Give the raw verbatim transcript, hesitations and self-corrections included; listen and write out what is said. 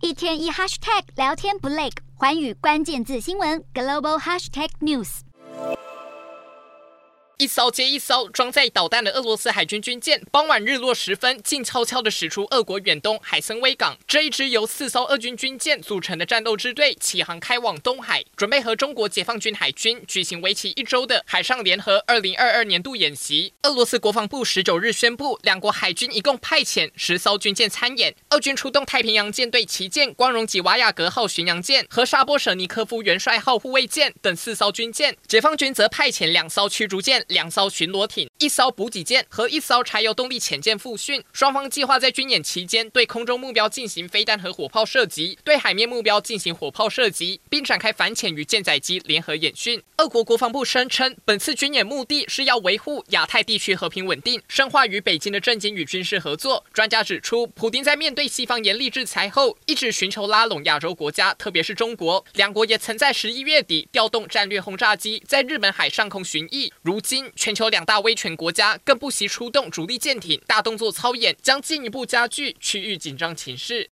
一天一 hashtag 聊天不累，寰宇关键字新闻 global hashtag news。 一艘接一艘装载导弹的俄罗斯海军军舰，傍晚日落时分，竟悄悄地驶出俄国远东海参崴港。这一支由四艘俄军军舰组成的战斗支队起航开往东海，准备和中国解放军海军举行为期一周的海上联合二零二二年度演习。俄罗斯国防部十九日宣布，两国海军一共派遣十艘军舰参演。俄军出动太平洋舰队旗舰光荣吉瓦亚格号巡洋舰和沙波舍尼科夫元帅号护卫舰等四艘军舰，解放军则派遣两艘驱逐舰、两艘巡逻艇、一艘补给舰和一艘柴油动力潜舰复训。双方计划在军演期间对空中目标进行飞弹和火炮射击，对海面目标进行火炮射击，并展开反潜与舰载机联合演训。俄国国防部声称，本次军演目的是要维护亚太地区和平稳定，深化与北京的政经与军事合作。专家指出，普丁在面对西方严厉制裁后，一直寻求拉拢亚洲国家，特别是中国。两国也曾在十一月底调动战略轰炸机在日本海上空巡弋。如今，全球两大威权国家更不惜出动主力舰艇，大动作操演，将进一步加剧区域紧张情势。